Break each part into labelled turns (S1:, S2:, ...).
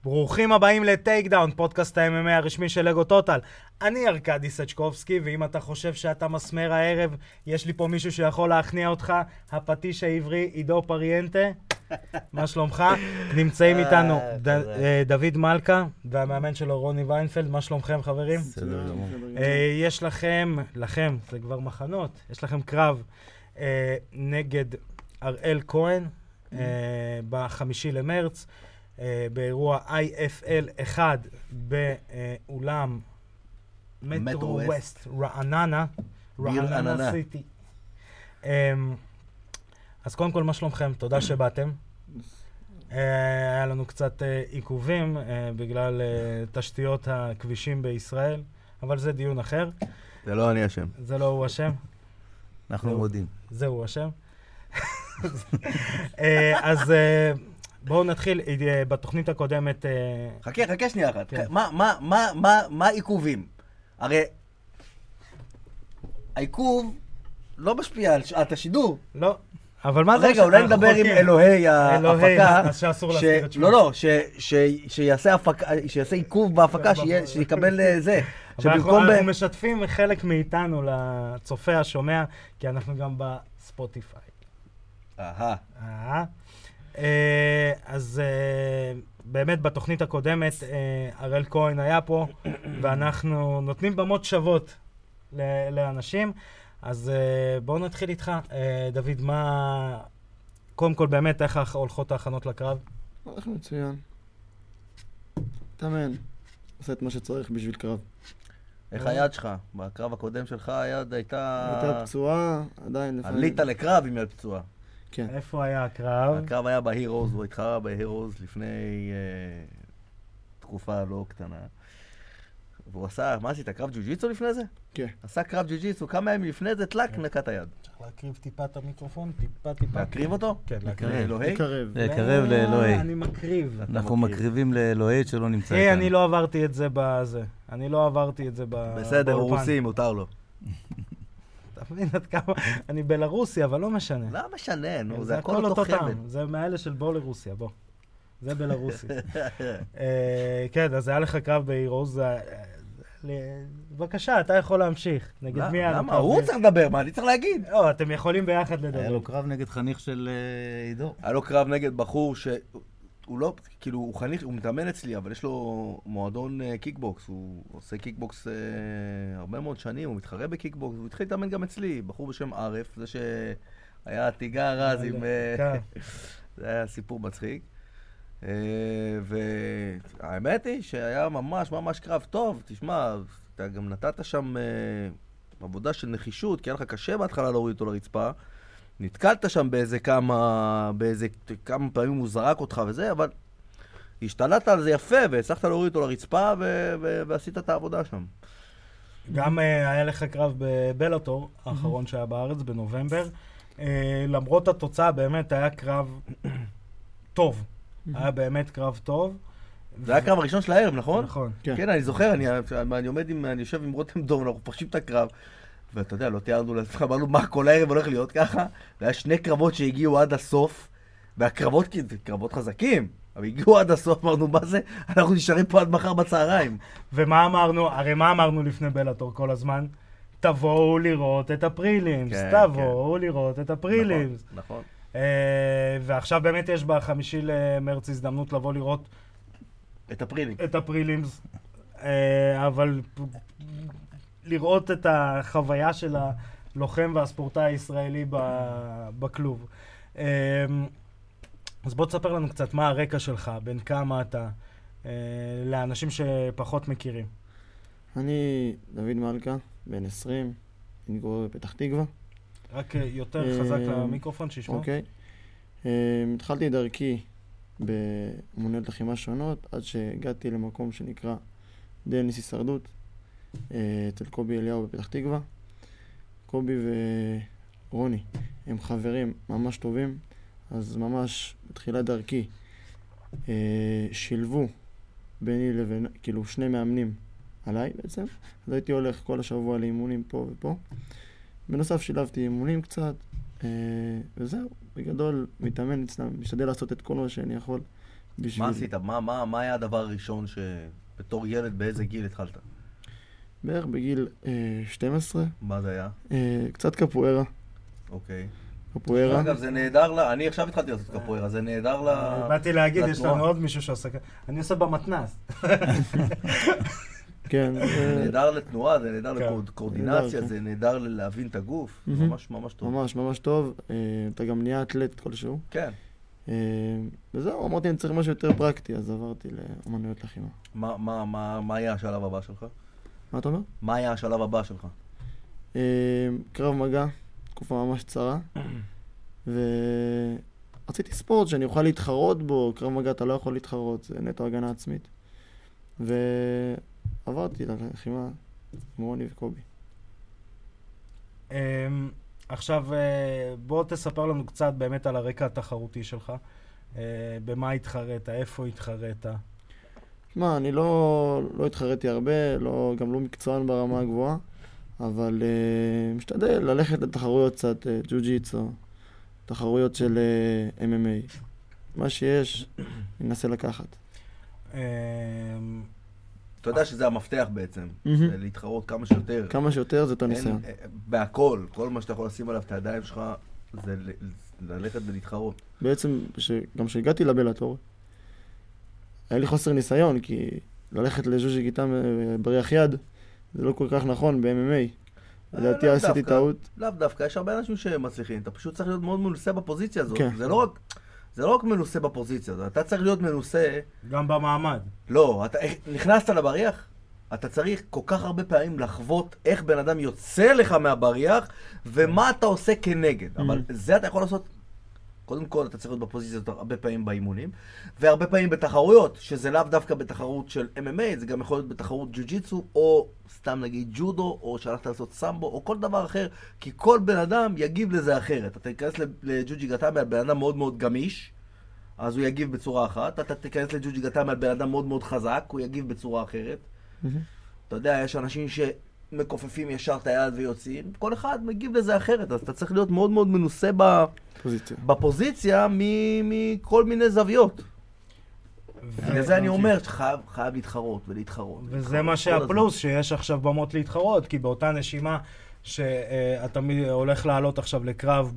S1: ברוכים הבאים לטייק דאון, פודקאסט ה-MMA הרשמי של לגו טוטל. אני ארקדי סצ'קובסקי, ואם אתה חושב שאתה מסמר הערב, יש לי פה מישהו שיכול להכניע אותך, הפטיש העברי, עידו פריאנטה. מה שלומך? נמצאים איתנו דוד מלכה, והמאמן שלו רוני ויינפלד. מה שלומכם, חברים?
S2: בסדר גמור.
S1: יש לכם, זה כבר מחנות, יש לכם קרב נגד הראל כהן, ב5 למרץ. באירוע IFL 1 באולם מטרו ווסט רעננה סיטי. אז קודם כל, מה שלומכם? תודה שבאתם. היה לנו קצת עיכובים בגלל תשתיות הכבישים בישראל, אבל זה דיון אחר.
S2: זה לא אני אשם.
S1: זה לא הוא אשם.
S2: אנחנו מודים.
S1: זה הוא אשם. אז בואו נתחיל בתוכנית הקודמת.
S2: חכה שנייה אחת. מה עיכובים? הרי העיכוב לא משפיע על שעת השידור.
S1: לא. אבל מה זה?
S2: רגע, אולי נדבר עם אלוהי ההפקה.
S1: אז שאסור להסתיר את שמו.
S2: לא, שיעשה עיכוב בהפקה, שיקבל זה.
S1: אנחנו משתפים חלק מאיתנו לצופה השומע, כי אנחנו גם בספוטיפיי. אז באמת בתוכנית הקודמת הראל כהן היה פה, ואנחנו נותנים במות שוות לאנשים. אז בואו נתחיל איתך. דוד, קודם כל באמת, איך הולכות ההכנות לקרב?
S3: הולך מצוין. תאמן. עושה את מה שצריך בשביל קרב.
S2: איך היד שלך? בקרב הקודם שלך היד הייתה
S3: פצועה, עדיין לפעמים.
S2: עלית לקרב עם יד פצועה.
S3: כן.
S1: איפה היה הקרב?
S2: הקרב היה בהירוז, הוא התחרה בהירוז לפני תקופה לא קטנה. והוא עשה, מה עשית? קרב ג'ו-ג'יצו לפני זה?
S3: כן.
S2: עשה קרב ג'ו-ג'יצו, כמה ימים לפני זה, טלק, נקע את היד.
S1: צריך להקריב טיפה את המיקרופון, טיפה.
S2: להקריב אותו?
S1: כן,
S2: לאלוהי?
S4: לקרב לאלוהי.
S1: אני מקריב.
S4: אנחנו מקריבים לאלוהי שלא נמצא איתנו.
S1: אני לא עברתי את זה בזה.
S2: בסדר, הוא רוסי, מותר לו.
S1: אתה מבין עד כמה? אני בלרוסיה, אבל לא משנה.
S2: לא משנה, נו, זה הכל אותו חבל.
S1: זה מהאלה של בוא לרוסיה, בוא. זה בלרוסי. כן, אז היה לך קרב בהירוז. בבקשה, אתה יכול להמשיך. נגד מי היה?
S2: למה? הוא צריך לדבר, מה? אני צריך להגיד.
S1: לא, אתם יכולים ביחד לדבר.
S4: היה לו קרב נגד חניך של עידו.
S2: היה לו קרב נגד בחור שהוא לא, כאילו, הוא חניך, הוא מתאמן אצלי, אבל יש לו מועדון קיקבוקס. הוא עושה קיקבוקס הרבה מאוד שנים, הוא מתחרה בקיקבוקס, הוא התחיל להתאמן גם אצלי. בחור בשם ערף, זה שהיה תיגר אז עם... זה היה סיפור מצחיק. והאמת היא שהיה ממש קרב טוב. תשמע, אתה גם נתת שם עבודה של נחישות, כי היה לך קשה בהתחלה להוריד אותו לרצפה. נתקלת שם באיזה כמה פעמים הוא זרק אותך וזה, אבל השתלטת על זה יפה, והצלחת להוריד אותו לרצפה ועשית את העבודה שם.
S1: גם היה לך קרב בבלאטור, האחרון שהיה בארץ, בנובמבר. למרות התוצאה, באמת היה קרב טוב. היה באמת קרב טוב.
S2: זה היה הקרב הראשון של הערב, נכון?
S1: נכון.
S2: כן, אני זוכר, אני יושב עם רותם דום, אנחנו פרשים את הקרב, ואתה יודע, לא תיארנו, אמרנו מה כל הערב הולך להיות ככה, והיה שני קרבות שהגיעו עד הסוף, והקרבות, קרבות חזקים, אבל הגיעו עד הסוף, אמרנו, מה זה? אנחנו נשארים פה עד מחר בצהריים.
S1: ומה אמרנו? הרי מה אמרנו לפני בלאטור כל הזמן? תבואו לראות את הפרילימס, תבואו לראות את הפרילימס.
S2: נכון.
S1: ועכשיו באמת יש ב5 למרץ הזדמנות לבוא לראות את הפרילימס, אבל לראות את החוויה של הלוחם והספורטאי הישראלי בכלוב. אז בוא תספר לנו קצת מה הרקע שלך, בין כמה אתה, לאנשים שפחות מכירים.
S3: אני דוד מלכה, בן 20, אני מתגורר בפתח תקווה.
S1: רק יותר חזק למיקרופון שישמע.
S3: אוקיי. התחלתי את דרכי באמנויות לחימה שונות, עד שהגעתי למקום שנקרא דניס הישרדות, אצל קובי אליהו בפתח תקווה. קובי ורוני הם חברים ממש טובים, אז ממש בתחילת דרכי שילבו ביני לבין, כאילו שני מאמנים עליי בעצם. אז הייתי הולך כל השבוע לאימונים פה ופה. בנוסף שילבתי אימונים קצת, וזהו, בגדול מתאמן אצלם, משתדל לעשות את כל מה שאני יכול בשביל...
S2: מה עשית? מה היה הדבר הראשון שבתור ילד, באיזה גיל התחלת?
S3: בערך בגיל 12,
S2: מה זה היה?
S3: קצת קפוארה.
S2: אוקיי.
S3: קפוארה.
S2: אגב, זה נהדר אני עכשיו התחלתי לעשות קפוארה, זה נהדר
S1: באתי להגיד, יש
S2: לתנועה.
S1: לנו עוד מישהו שעושה ככה. אני עושה במתנ"ס.
S3: כן.
S2: זה נהדר לתנועה, זה נהדר
S3: נהדר,
S2: לקואורדינציה,
S3: כן.
S2: זה נהדר להבין את הגוף, ממש ממש טוב.
S3: ממש, ממש טוב. אתה גם נהיה אתלט כלשהו.
S2: כן.
S3: וזהו, אמרתי, אני צריך משהו יותר פרקטי, אז עברתי לאמנויות לחימה.
S2: מה היה השלב הבא שלך?
S3: מה אתה אומר?
S2: מה היה השלב הבא שלך?
S3: קרב מגע, תקופה ממש קצרה. ורציתי ספורט שאני אוכל להתחרות בו. קרב מגע אתה לא יכול להתחרות, זה נטו הגנה עצמית. ועברתי ללחימה עם רוני וקובי.
S1: עכשיו בוא תספר לנו קצת באמת על הרקע התחרותי שלך. במה התחרית, איפה התחרית?
S3: תשמע, אני לא התחרתי הרבה, גם לא מקצוען ברמה הגבוהה, אבל משתדל ללכת לתחרויות קצת ג'ו-ג'יטסו, תחרויות של MMA. מה שיש, אני אנסה לקחת.
S2: אתה יודע שזה המפתח בעצם, זה להתחרות כמה שיותר.
S3: כמה שיותר זה אותו ניסיון.
S2: בהכל, כל מה שאתה יכול לשים עליו את הידיים שלך, זה ללכת ולהתחרות.
S3: בעצם, גם כשהגעתי לבלאטור, היה לי חוסר ניסיון, כי ללכת לג'ו-ג'י גיטה בריח יד, זה לא כל כך נכון ב-MMA. לדעתי עשיתי טעות.
S2: לאו דווקא, יש הרבה אנשים שמצליחים, אתה פשוט צריך להיות מאוד מנוסה בפוזיציה הזאת.
S3: כן.
S2: זה לא רק מנוסה בפוזיציה הזאת, אתה צריך להיות מנוסה...
S1: גם במעמד.
S2: לא, אתה נכנסת לבריח, אתה צריך כל כך הרבה פעמים לחוות איך בן אדם יוצא לך מהבריח, ומה אתה עושה כנגד. אבל זה אתה יכול לעשות... קודם כל, אתה צריך להיות בפוזיציה הזאת הרבה פעמים באימונים, והרבה פעמים בתחרויות, שזה לאו דווקא בתחרות של MMA, זה גם יכול להיות בתחרות ג'ו-ג'יטסו, או סתם נגיד ג'ודו, או שהלכת לעשות סמבו, או כל דבר אחר, כי כל בן אדם יגיב לזה אחרת. אתה תיכנס לג'ו-ג'י גטאמי על בן אדם מאוד מאוד גמיש, אז הוא יגיב בצורה אחת. אתה תיכנס לג'ו-ג'י גטאמי על בן אדם מאוד מאוד חזק, הוא יגיב בצורה אחרת. אתה יודע, יש אנשים שמכופפים ישר את היד ויוצאים, כל אחד מגיב לזה אחרת, אז אתה צריך להיות מאוד מאוד מנוסה בפוזיציה מכל מיני זוויות. בגלל זה אני אומר שחייב להתחרות ולהתחרות.
S1: וזה מה שהפלוס, שיש עכשיו במות להתחרות, כי באותה נשימה שאתה הולך לעלות עכשיו לקרב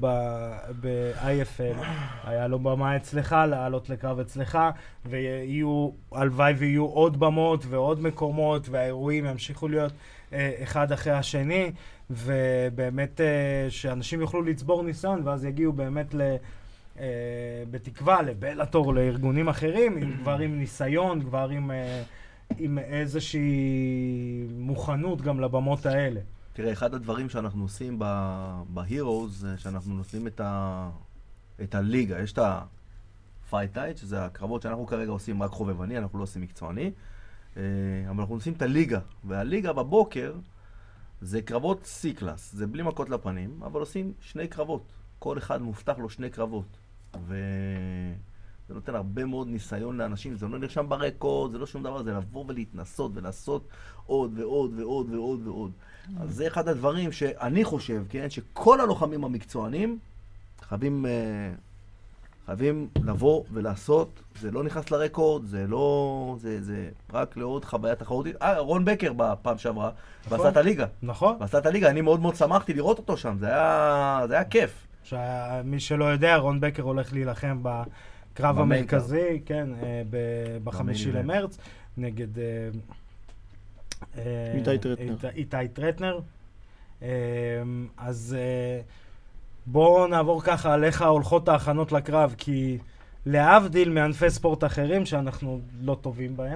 S1: ב-IFL, היה לו במה אצלך, לעלות לקרב אצלך, ויהיו, הלוואי ויהיו עוד במות ועוד מקומות, והאירועים ימשיכו להיות אחד אחרי השני, ובאמת שאנשים יוכלו לצבור ניסיון, ואז יגיעו באמת בתקווה לבלאטור, לארגונים אחרים, כבר עם ניסיון, כבר עם איזושהי מוכנות גם לבמות האלה.
S2: תראה, אחד הדברים שאנחנו עושים ב-Heroes, זה שאנחנו נותנים את הליגה. יש את ה-Fight Night, שזה הקרבות שאנחנו כרגע עושים רק חובבני, אנחנו לא עושים מקצועני. אבל אנחנו עושים את הליגה, והליגה בבוקר זה קרבות C-קלאס, זה בלי מכות לפנים, אבל עושים 2 קרבות. כל אחד מובטח לו 2 קרבות. וזה נותן הרבה מאוד ניסיון לאנשים, זה לא נרשם ברקורד, זה לא שום דבר, זה לבוא ולהתנסות ולעשות עוד ועוד ועוד ועוד ועוד. אז זה אחד הדברים שאני חושב, כן, שכל הלוחמים המקצוענים חייבים לבוא ולעשות, זה לא נכנס לרקורד, זה לא, זה רק לעוד חוויה תחרותית. רון בקר בפעם שעברה, ועשה את הליגה.
S1: נכון.
S2: ועשה את הליגה, אני מאוד מאוד שמחתי לראות אותו שם, זה היה כיף.
S1: מי שלא יודע, רון בקר הולך להילחם בקרב המרכזי, כן, ב-5 למרץ, נגד איתי טרטנר. אז בואו נעבור ככה עליך הולכות ההכנות לקרב, כי להבדיל מענפי ספורט אחרים שאנחנו לא טובים בהם,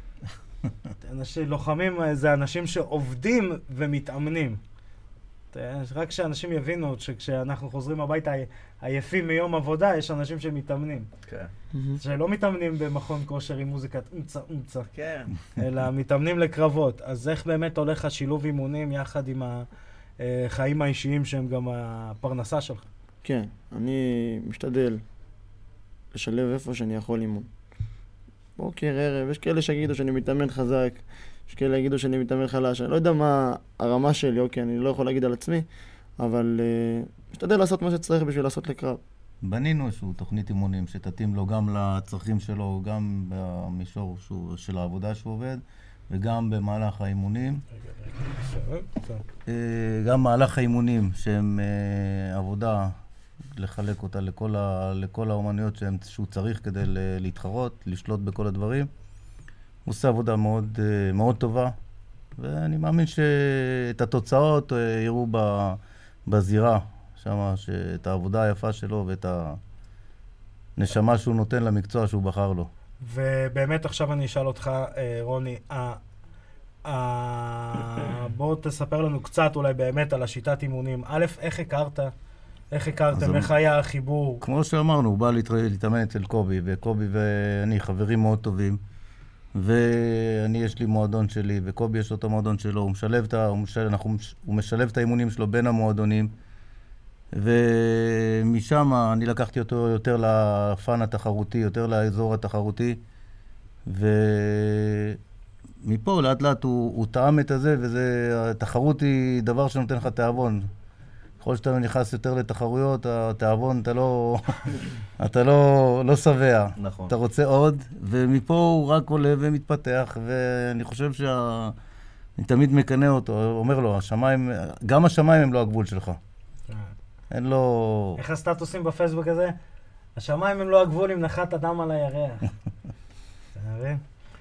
S1: לוחמים זה אנשים שעובדים ומתאמנים. רק שאנשים יבינו שכשאנחנו חוזרים הביתה עייפים מיום עבודה, יש אנשים שמתאמנים. שלא מתאמנים במכון כושר עם מוזיקת אומצה, אלא מתאמנים לקרבות. אז איך באמת הולך השילוב אימונים יחד עם החיים האישיים שהם גם הפרנסה שלך?
S3: כן, אני משתדל לשלב איפה שאני יכול אימון. בוקר, ערב, יש כאלה שיגידו שאני מתאמן חזק, יש כאלה יגידו שאני מתאמן חלש, אני לא יודע מה הרמה שלי, אוקיי, אני לא יכול להגיד על עצמי, אבל משתדל לעשות מה שצריך בשביל לעשות לקרב.
S4: בנינו איזשהו תוכנית אימונים שתתאים לו גם לצרכים שלו, גם במישור של העבודה שהוא עובד, וגם במהלך האימונים. גם מהלך האימונים שהם עבודה לחלק אותה לכל האומנויות שהוא צריך כדי להתחרות, לשלוט בכל הדברים. הוא עושה עבודה מאוד, מאוד טובה, ואני מאמין שאת התוצאות יראו בזירה, שמה שאת העבודה היפה שלו ואת הנשמה שהוא נותן למקצוע שהוא בחר לו.
S1: ובאמת עכשיו אני אשאל אותך, רוני, בוא תספר לנו קצת אולי באמת על השיטת אימונים. א', איך הכרתם? איך היה החיבור?
S4: כמו שאמרנו, הוא בא להתאמן אצל קובי, וקובי ואני חברים מאוד טובים, ואני יש לי מועדון שלי, וקובי יש לו את המועדון שלו, הוא משלב את האימונים שלו בין המועדונים, ומשם אני לקחתי אותו יותר לפן התחרותי, יותר לאזור התחרותי, ומפה לאט לאט הוא טעם את הזה, התחרות היא דבר שנותן לך תאבון. ככל שאתה נכנס יותר לתחרויות, התאבון אתה לא שבע.
S2: נכון.
S4: אתה רוצה עוד, ומפה הוא רק עולה ומתפתח, ואני חושב אני תמיד מקנה אותו, אומר לו, גם השמיים הם לא הגבול שלך. אין לו...
S1: איך הסטטוסים בפייסבוק הזה? השמיים הם לא הגבול אם נחת אדם על הירח. אתה מבין?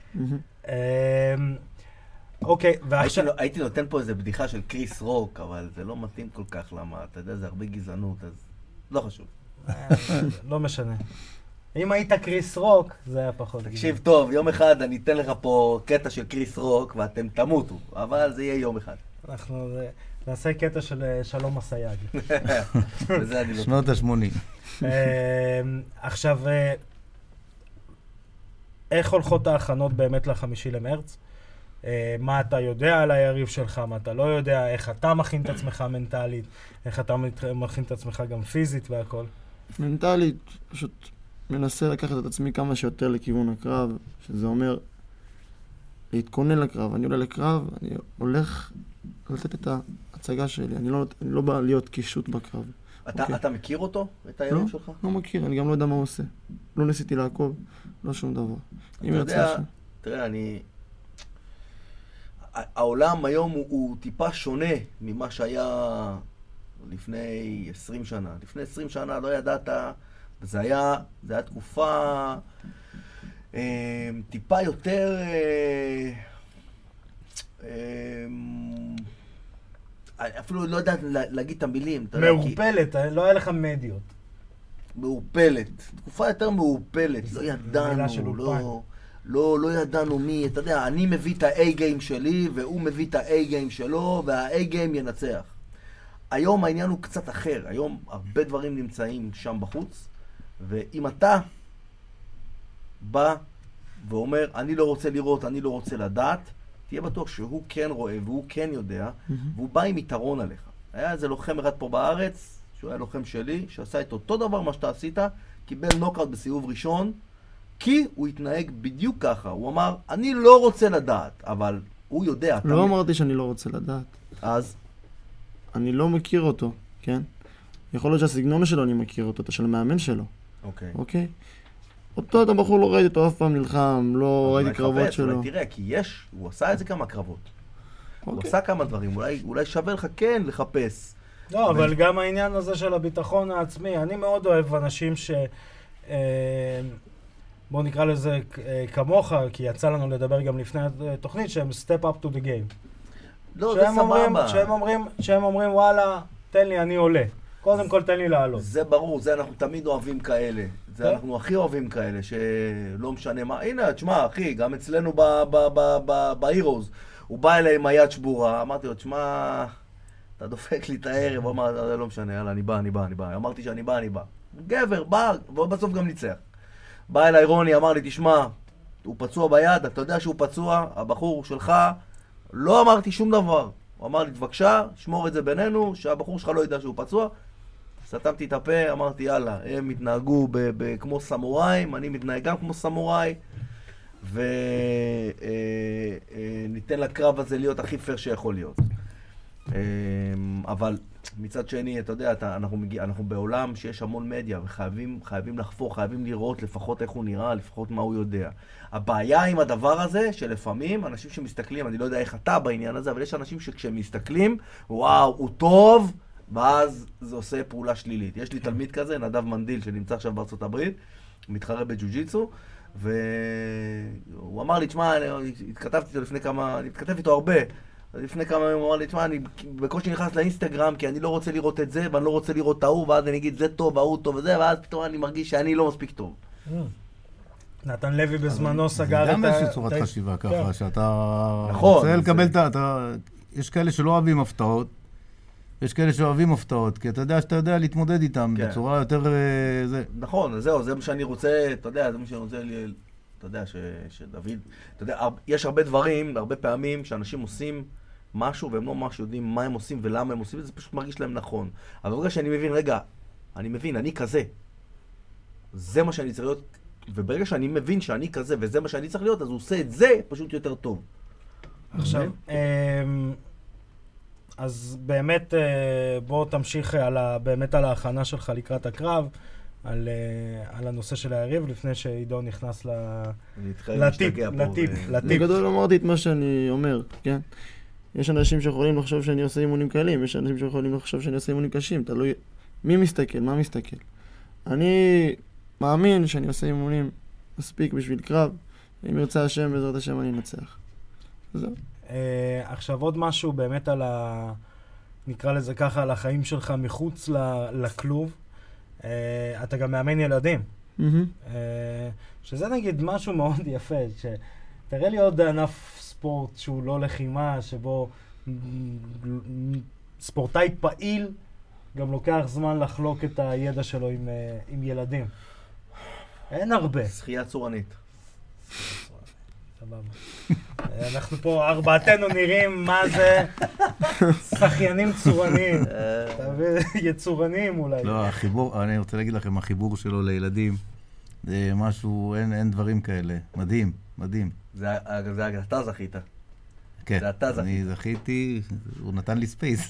S1: אוקיי, ועכשיו...
S2: הייתי נותן פה איזה בדיחה של קריס רוק, אבל זה לא מתאים כל כך, למה? אתה יודע, זה הרבה גזענות, אז לא חשוב.
S1: לא משנה. אם היית קריס רוק, זה היה פחות.
S2: תקשיב טוב, יום אחד אני אתן לך פה קטע של קריס רוק, ואתם תמותו, אבל זה יהיה יום אחד.
S1: אנחנו נעשה קטע של שלום הסייג.
S2: וזה אני לא...
S4: שנות ה-80.
S1: עכשיו, איך הולכות ההכנות באמת ל5 למרץ? מה אתה יודע על היריב שלך, מה אתה לא יודע, איך אתה מכין את עצמך מנטלית, איך אתה מכין את עצמך גם פיזית והכל.
S3: מנטלית, פשוט מנסה לקחת את עצמי כמה שיותר לכיוון הקרב, שזה אומר להתכונן לקרב. אני עולה לקרב, אני הולך לתת את ההצגה שלי, אני לא בא להיות קישוט בקרב.
S2: אתה מכיר אותו? את היריב שלך?
S3: לא מכיר, אני גם לא יודע מה הוא עושה. לא ניסיתי לעקוב, לא שום דבר.
S2: אתה יודע, תראה, העולם היום הוא טיפה שונה ממה שהיה לפני 20 שנה. לפני 20 שנה לא ידעת, זה היה תקופה טיפה יותר... אפילו לא יודעת להגיד את המילים.
S1: מעורפלת, לא היה לך מדיות.
S2: מעורפלת, תקופה יותר מעורפלת, לא ידענו, לא ידענו מי, אתה יודע, אני מביא את ה-A-game שלי, והוא מביא את ה-A-game שלו, וה-A-game ינצח. היום העניין הוא קצת אחר, היום הרבה דברים נמצאים שם בחוץ, ואם אתה בא ואומר, אני לא רוצה לראות, אני לא רוצה לדעת, תהיה בטוח שהוא כן רואה, והוא כן יודע, והוא בא עם יתרון עליך. היה איזה לוחם אחד פה בארץ, שהוא היה לוחם שלי, שעשה את אותו דבר מה שאתה עשית, קיבל נוקאוט בסיבוב ראשון, כי הוא התנהג בדיוק ככה. הוא אמר, אני לא רוצה לדעת, אבל הוא יודע.
S3: לא אמרתי שאני לא רוצה לדעת.
S2: אז?
S3: אני לא מכיר אותו, כן? יכול להיות שהסגנון שלו אני מכיר אותו, של המאמן שלו. אוקיי? אותו את הבחור לא ראיתי אותו אף פעם נלחם, לא ראיתי קרבות שלו.
S2: אולי תראה, כי הוא עשה את זה כמה קרבות. הוא עשה כמה דברים, אולי שווה לך כן לחפש.
S1: לא, אבל גם העניין הזה של הביטחון העצמי, אני מאוד אוהב אנשים בואו נקרא לזה כמוך, כי יצא לנו לדבר גם לפני התוכנית, שהם step up to the game.
S2: לא, זה סבבה.
S1: שהם אומרים, וואלה, תן לי, אני עולה. קודם כל תן לי לעלות.
S2: זה ברור, זה אנחנו תמיד אוהבים כאלה. זה אנחנו הכי אוהבים כאלה, שלא משנה מה. הנה, תשמע, אחי, גם אצלנו בהירוז, הוא בא אליי עם היד שבורה, אמרתי לו, תשמע, אתה דופק לי את הערב, הוא אמר, זה לא משנה, יאללה, אני בא. אמרתי שאני בא. גבר, בא, ובסוף גם ניצח. בא אליי רוני, אמר לי, תשמע, הוא פצוע ביד, אתה יודע שהוא פצוע, הבחור שלך, לא אמרתי שום דבר. הוא אמר לי, בבקשה, שמור את זה בינינו, שהבחור שלך לא ידע שהוא פצוע. סתמתי את הפה, אמרתי, יאללה, הם התנהגו כמו סמוראים, אני מתנהג גם כמו סמוראי, וניתן לקרב הזה להיות הכי פייר שיכול להיות. אבל מצד שני, אתה יודע, אנחנו בעולם שיש המון מדיה, וחייבים לחפור, חייבים לראות לפחות איך הוא נראה, לפחות מה הוא יודע. הבעיה עם הדבר הזה, שלפעמים אנשים שמסתכלים, אני לא יודע איך אתה בעניין הזה, אבל יש אנשים שכשהם מסתכלים, וואו, הוא טוב, ואז זה עושה פעולה שלילית. יש לי תלמיד כזה, נדב מנדיל, שנמצא עכשיו בארצות הברית, מתחרה בג'ו-ג'יצו, והוא אמר לי, תשמע, התכתבתי איתו לפני כמה, אני מתכתב איתו הרבה, לפני כמה ימים הוא אמר לי, תשמע, אני בקושי נכנס לאינסטגרם, כי אני לא רוצה לראות את זה, ואני לא רוצה לראות את ההוא, ואז אני אגיד, זה טוב, ההוא טוב וזה, ואז פתאום אני מרגיש שאני לא מספיק טוב.
S1: נתן לוי בזמנו סגר את ה...
S4: גם איזושהי צורת חשיבה ככה, שאתה רוצה לקבל את ה... יש כאלה שלא אוהבים הפתעות, יש כאלה שאוהבים הפתעות, כי אתה יודע שאתה יודע להתמודד איתם בצורה יותר...
S2: נכון, זהו, זה מה שאני רוצה, אתה יודע, זה מה שאני רוצה, אתה יודע, שדוד, אתה יודע, יש הרבה דברים, הרבה פעמים שאנשים עושים משהו והם לא ממש יודעים מה הם עושים ולמה הם עושים, זה פשוט מרגיש להם נכון. אבל ברגע שאני מבין, רגע, אני מבין, אני כזה, זה מה שאני צריך להיות, וברגע שאני מבין שאני כזה וזה מה שאני צריך להיות, אז הוא עושה את זה פשוט יותר טוב.
S1: עכשיו, אז באמת בוא תמשיך באמת על ההכנה שלך לקראת הקרב, על הנושא של היריב, לפני שעידון נכנס לטיפ.
S3: בגדול אמרתי את מה שאני אומר, כן? יש אנשים שיכולים לחשוב שאני עושה אימונים קלים, יש אנשים שיכולים לחשוב שאני עושה אימונים קשים, תלוי מי מסתכל, מה מסתכל. אני מאמין שאני עושה אימונים מספיק בשביל קרב, אם ירצה השם, בעזרת השם אני אנצח. זהו.
S1: עכשיו עוד משהו באמת על נקרא לזה ככה, על החיים שלך מחוץ לכלוב. אתה גם מאמן ילדים. שזה נגיד משהו מאוד יפה, שתראה לי עוד ענף ספורט שהוא לא לחימה, שבו ספורטאי פעיל גם לוקח זמן לחלוק את הידע שלו עם ילדים. אין הרבה.
S2: שחייה צורנית.
S1: סבבה. אנחנו פה, ארבעתנו נראים מה זה שחיינים צורנים. יצורנים אולי.
S4: לא, החיבור, אני רוצה להגיד לכם, החיבור שלו לילדים, זה משהו, אין דברים כאלה. מדהים, מדהים.
S2: זה אתה זכית.
S4: כן, אני זכיתי, הוא נתן לי ספייס.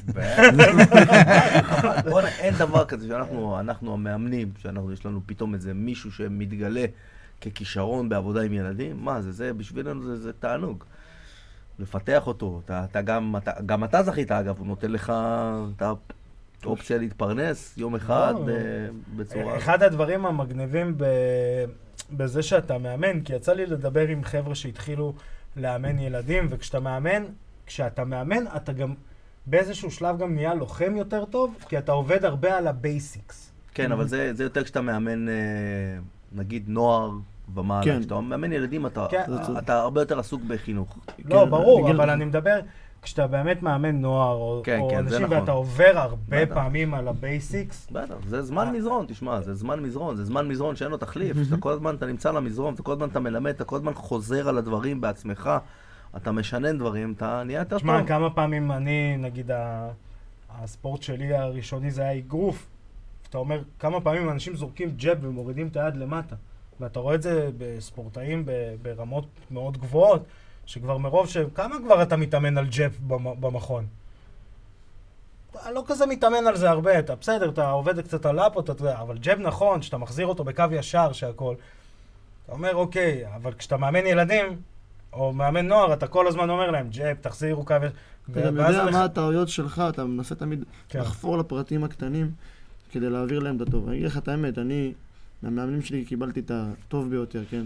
S2: אין דבר כזה שאנחנו המאמנים, יש לנו פתאום איזה מישהו שמתגלה ככישרון בעבודה עם ילדים, מה זה בשבילנו זה תענוג. לפתח אותו, גם אתה זכית אגב, הוא נותן לך את האופציה להתפרנס יום אחד בצורה...
S1: אחד הדברים המגניבים בזה שאתה מאמן, כי יצא לי לדבר עם חבר'ה שהתחילו לאמן ילדים, כשאתה מאמן, אתה גם באיזשהו שלב גם נהיה לוחם יותר טוב, כי אתה עובד הרבה על הבייסיקס.
S2: כן, אבל זה יותר כשאתה מאמן, נגיד, נוער ומעלה. כשאתה מאמן ילדים, אתה הרבה יותר עסוק בחינוך.
S1: לא, ברור, אבל אני מדבר, כשאתה באמת מאמן נוער, או אנשים, ואתה עובר הרבה פעמים על הבייסיקס.
S2: בטח, זה זמן מזרון, תשמע, זה זמן מזרון שאין לו תחליף, שאתה כל הזמן אתה נמצא למזרון, אתה כל הזמן אתה מלמד, אתה כל הזמן חוזר על הדברים בעצמך, אתה משנן דברים, אתה נהיה יותר טוב.
S1: תשמע, כמה פעמים אני, נגיד, הספורט שלי הראשוני זה היה אגרוף, אתה אומר, כמה פעמים אנשים זורקים ג'ב ומורידים את היד למטה, ואתה רואה את זה בספורטאים ברמות מאוד גבוהות, שכבר מרוב כמה כבר אתה מתאמן על ג'ב במכון? אתה לא כזה מתאמן על זה הרבה, אתה בסדר, אתה עובד קצת על לאפות, אבל ג'ב נכון, שאתה מחזיר אותו בקו ישר, שהכל. אתה אומר, אוקיי, אבל כשאתה מאמן ילדים, או מאמן נוער, אתה כל הזמן אומר להם, ג'ב, תחזירו קו ישר.
S3: אתה יודע מה הטעויות שלך, אתה מנסה תמיד לחפור לפרטים הקטנים, כדי להעביר להם את הטוב. אני אגיד לך את האמת, אני, מהמאמנים שלי קיבלתי את הטוב ביותר, כן,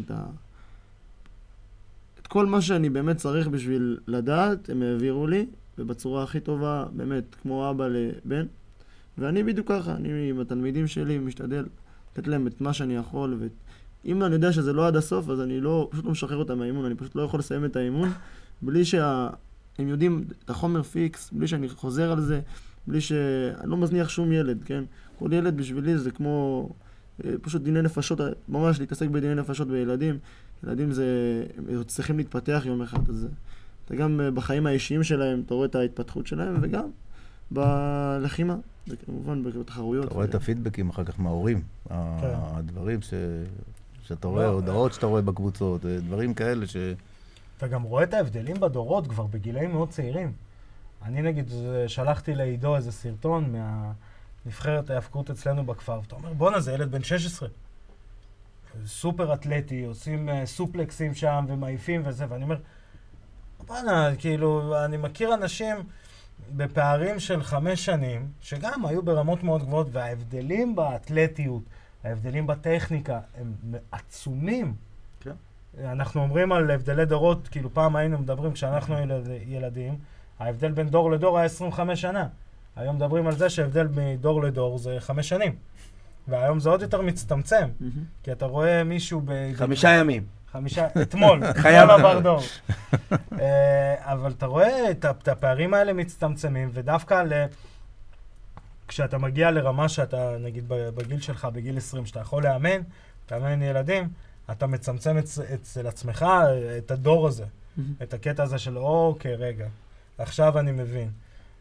S3: את כל מה שאני באמת צריך בשביל לדעת, הם העבירו לי, ובצורה הכי טובה, באמת, כמו אבא לבן. ואני בדיוק ככה, אני עם התלמידים שלי משתדל לתת להם את מה שאני יכול, ואם אני יודע שזה לא עד הסוף, אז אני פשוט לא משחרר אותם מהאימון, אני פשוט לא יכול לסיים את האימון, בלי שהם יודעים את החומר פיקס, בלי שאני חוזר על זה, בלי שאני לא מזניח שום ילד, כן? כל ילד בשבילי זה כמו פשוט דיני נפשות, ממש להתעסק בדיני נפשות בילדים. ילדים הם צריכים להתפתח יום אחד, אז אתה גם בחיים האישיים שלהם, אתה רואה את ההתפתחות שלהם, וגם בלחימה, כמובן בתחרויות.
S4: אתה רואה את הפידבקים אחר כך מההורים, הדברים שאתה רואה, הודעות שאתה רואה בקבוצות, דברים כאלה ש...
S1: אתה גם רואה את ההבדלים בדורות כבר בגילאים מאוד צעירים. אני נגיד שלחתי לעידו איזה סרטון מהנבחרת ההאבקות אצלנו בכפר, ואתה אומר, בואנה, זה ילד בן 16. סופר אתלטי, עושים סופלקסים שם ומעיפים וזה, ואני אומר, בואנה, כאילו, אני מכיר אנשים בפערים של 5 שנים, שגם היו ברמות מאוד גבוהות, וההבדלים באתלטיות, ההבדלים בטכניקה, הם עצומים.
S2: כן.
S1: אנחנו אומרים על הבדלי דורות, כאילו פעם היינו מדברים כשאנחנו ילדים, ההבדל בין דור לדור היה 25 שנה. היום מדברים על זה שההבדל מדור לדור זה 5 שנים. והיום זה עוד יותר מצטמצם, כי אתה רואה מישהו
S2: 5 ימים.
S1: 5, אתמול, אתמול עבר דור. אבל אתה רואה את הפערים האלה מצטמצמים, ודווקא כשאתה מגיע לרמה שאתה, נגיד בגיל שלך, בגיל 20, שאתה יכול תאמן ילדים, אתה מצמצם אצל עצמך את הדור הזה, את הקטע הזה של אוקיי, רגע, עכשיו אני מבין.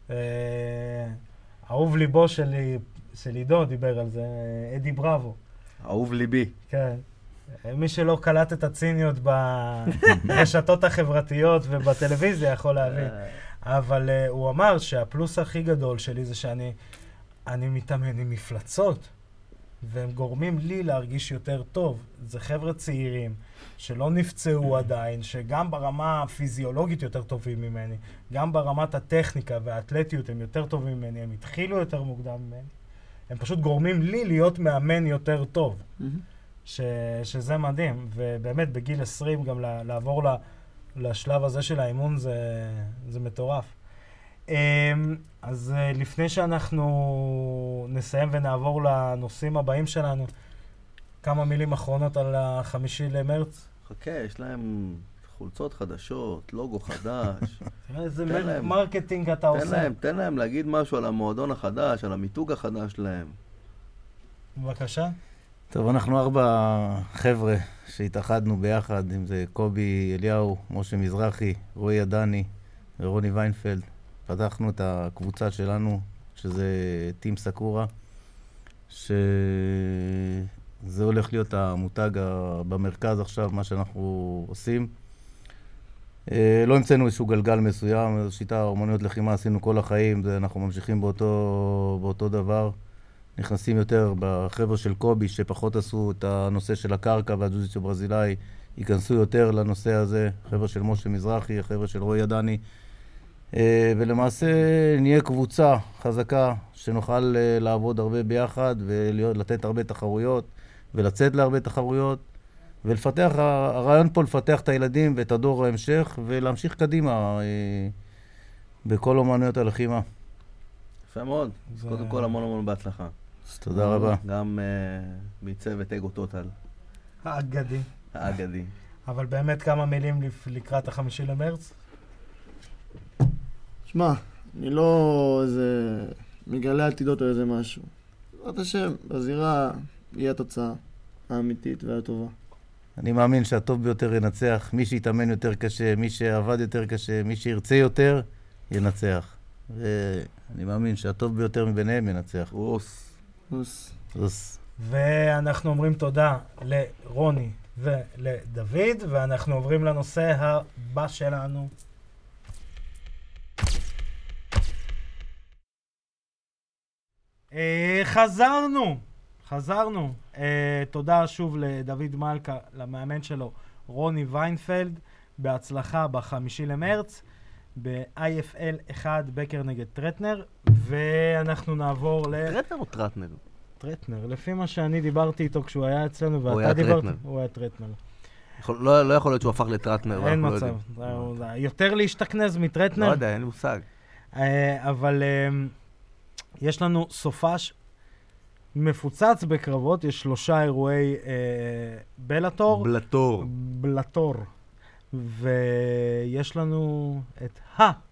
S1: אהוב ליבו של עידו דיבר על זה, אדי בראבו.
S2: אהוב ליבי.
S1: כן. מי שלא קלט את הציניות ברשתות החברתיות ובטלוויזיה יכול להבין. אבל הוא אמר שהפלוס הכי גדול שלי זה שאני מתאמן עם מפלצות, והם גורמים לי להרגיש יותר טוב. זה חבר'ה צעירים שלא נפצעו עדיין, שגם ברמה הפיזיולוגית יותר טובים ממני, גם ברמת הטכניקה והאתלטיות הם יותר טובים ממני, הם התחילו יותר מוקדם ממני. הם פשוט גורמים לי להיות מאמן יותר טוב. שזה מדהים, ובאמת בגיל 20 גם לעבור לשלב הזה של האימון זה מטורף. אז לפני שאנחנו נסיים ונעבור לנושאים הבאים שלנו, כמה מילים אחרונות על 5 למרץ.
S2: חכה, יש להם חולצות חדשות, לוגו חדש.
S1: איזה מרקטינג אתה עושה.
S2: תן להם להגיד משהו על המועדון החדש, על המיתוג החדש שלהם.
S1: בבקשה.
S4: טוב, אנחנו 4 חבר'ה שהתאחדנו ביחד, אם זה קובי אליהו, משה מזרחי, רועי עדני ורוני ויינפלד. פתחנו את הקבוצה שלנו, שזה טים סקורה, שזה הולך להיות המותג במרכז עכשיו, מה שאנחנו עושים. לא המצאנו איזשהו גלגל מסוים, זו שיטה אומנויות לחימה, עשינו כל החיים, אנחנו ממשיכים באותו דבר. נכנסים יותר בחבר'ה של קובי, שפחות עשו את הנושא של הקרקע והג'ו-ג'יטסו ברזילאי, ייכנסו יותר לנושא הזה, חבר'ה של משה מזרחי, חבר'ה של רועי עדני, ולמעשה נהיה קבוצה חזקה שנוכל לעבוד הרבה ביחד ולתת הרבה תחרויות ולצאת להרבה תחרויות ולפתח, הרעיון פה לפתח את הילדים ואת הדור ההמשך ולהמשיך קדימה בכל אומנויות הלחימה.
S2: יפה מאוד. קודם כל המון בהצלחה.
S4: תודה רבה.
S2: גם מצוות אגו טוטל. האגדי.
S1: אבל באמת כמה מילים לקראת 5 למרץ?
S3: שמע, אני לא איזה מגלה עתידות או איזה משהו. בעזרת השם, בזירה יהיה התוצאה האמיתית והטובה.
S4: אני מאמין שהטוב ביותר ינצח. מי שיתאמן יותר קשה, מי שעבד יותר קשה, מי שירצה יותר, ינצח. ואני מאמין שהטוב ביותר מביניהם ינצח. רוס.
S1: ואנחנו אומרים תודה לרוני ולדוד, ואנחנו עוברים לנושא הבא שלנו. חזרנו. תודה שוב לדוד מלכה, למאמן שלו, רוני ויינפלד, בהצלחה ב5 למרץ, ב-IFL 1 בקר נגד טרטנר, ואנחנו נעבור
S2: טרטנר או טרטנר?
S1: טרטנר, לפי מה שאני דיברתי איתו כשהוא היה אצלנו ואתה דיברת, הוא היה טרטנר.
S2: לא יכול להיות שהוא הפך לטרטנר.
S1: אין מצב, יותר להשתכנז מטרטנר.
S2: לא יודע, אין לי מושג.
S1: אבל יש לנו סופש מפוצץ בקרבות, יש 3 אירועי בלטור. ויש לנו את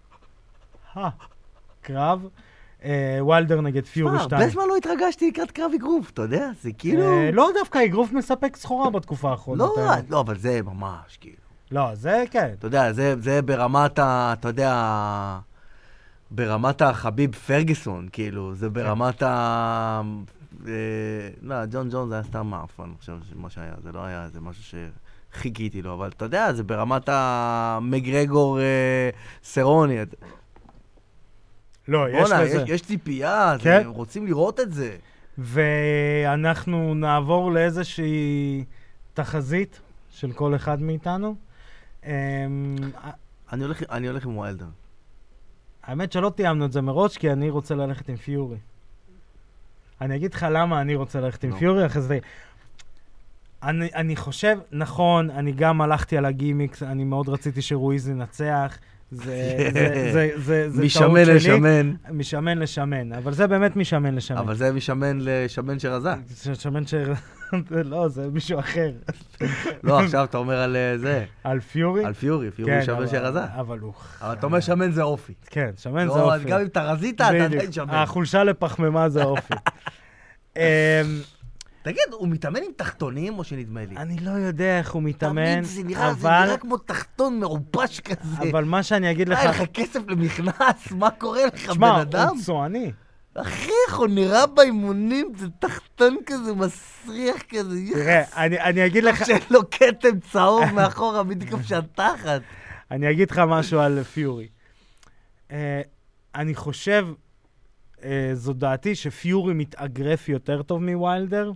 S1: קרב, וילדר נגד פיורי 2.
S2: הרבה זמן לא התרגשתי לקראת קרב אגרוף, אתה יודע, זה כאילו...
S1: לא דווקא, אגרוף מספק סחורה בתקופה האחרונה.
S2: לא, אבל זה ממש כאילו...
S1: לא, זה כן.
S2: אתה יודע, זה ברמת אתה יודע... ברמת החביב פרגוסון, כאילו, זה ברמת לא, ג'ון ג'ון זה היה סתם מעפן, אני חושב שמה שהיה, זה לא היה, זה משהו שחיכיתי לו, אבל אתה יודע, זה ברמת המגרגור סרוני.
S1: לא, יש
S2: בונה,
S1: לזה.
S2: יש ציפייה,
S1: כן.
S2: הם רוצים לראות את זה.
S1: ואנחנו נעבור לאיזושהי תחזית של כל אחד מאיתנו.
S2: אני הולך עם ויילדר.
S1: האמת שלא תיאמנו את זה מראש, כי אני רוצה ללכת עם פיורי. אני אגיד לך למה אני רוצה ללכת עם פיורי, אחרי זה... אני חושב, נכון, אני גם הלכתי על הגימיקס, אני מאוד רציתי שרואיז ינצח. זה
S2: משמן לשמן.
S1: משמן לשמן, אבל זה באמת משמן לשמן.
S2: אבל זה משמן לשמן שרזה.
S1: שמן לא, זה מישהו אחר.
S2: לא, עכשיו אתה אומר על זה.
S1: על פיורי?
S2: על פיורי שמן שרזה.
S1: אבל הוא...
S2: אבל אתה אומר שמן זה אופי.
S1: כן, שמן זה אופי.
S2: גם אם אתה רזית, אתה עדיין שמן.
S1: החולשה לפחמימה זה אופי.
S2: תגיד, הוא מתאמן עם תחתונים או שנדמה לי?
S1: אני לא יודע איך הוא מתאמן,
S2: תמיד זה נראה כמו תחתון מעופש כזה.
S1: אבל מה שאני אגיד לך...
S2: אין לך כסף למכנס, מה קורה לך, בן אדם?
S1: שמע, הוא צועני.
S2: אחי, הוא נראה באימונים, זה תחתון כזה מסריח כזה.
S1: תראה, אני אגיד לך...
S2: שאין לו כתם צהוב מאחורה, בדיוק שהתחת.
S1: אני אגיד לך משהו על פיורי. אני חושב, זו דעתי, שפיורי מתאגרף יותר טוב מווילדר,